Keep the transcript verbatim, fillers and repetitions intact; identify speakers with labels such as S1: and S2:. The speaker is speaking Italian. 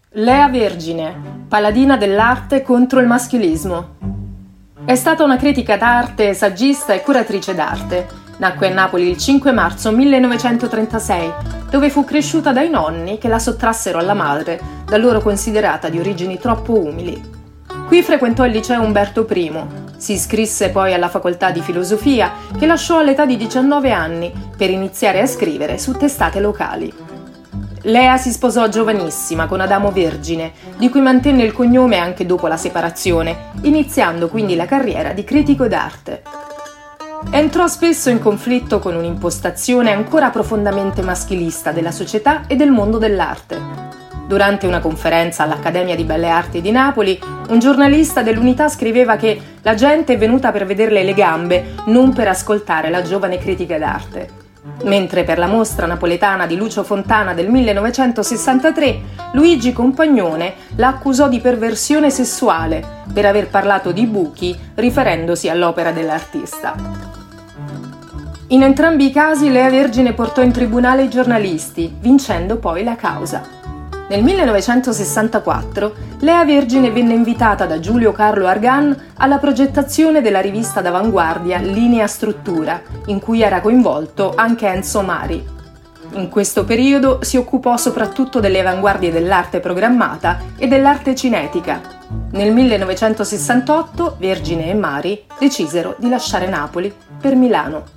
S1: Lea Vergine, paladina dell'arte contro il maschilismo. È stata una critica d'arte, saggista e curatrice d'arte. Nacque a Napoli il cinque marzo millenovecentotrentasei, dove fu cresciuta dai nonni che la sottrassero alla madre, da loro considerata di origini troppo umili. Qui frequentò il liceo Umberto primo, si iscrisse poi alla facoltà di filosofia, che lasciò all'età di diciannove anni per iniziare a scrivere su testate locali. Lea si sposò giovanissima con Adamo Vergine, di cui mantenne il cognome anche dopo la separazione, iniziando quindi la carriera di critico d'arte. Entrò spesso in conflitto con un'impostazione ancora profondamente maschilista della società e del mondo dell'arte. Durante una conferenza all'Accademia di Belle Arti di Napoli, un giornalista dell'Unità scriveva che la gente è venuta per vederle le gambe, non per ascoltare la giovane critica d'arte. Mentre per la mostra napoletana di Lucio Fontana del millenovecentosessantatré, Luigi Compagnone la accusò di perversione sessuale per aver parlato di buchi riferendosi all'opera dell'artista. In entrambi i casi Lea Vergine portò in tribunale i giornalisti, vincendo poi la causa. Nel millenovecentosessantaquattro Lea Vergine venne invitata da Giulio Carlo Argan alla progettazione della rivista d'avanguardia Linea Struttura, in cui era coinvolto anche Enzo Mari. In questo periodo si occupò soprattutto delle avanguardie dell'arte programmata e dell'arte cinetica. Nel millenovecentosessantotto Vergine e Mari decisero di lasciare Napoli per Milano.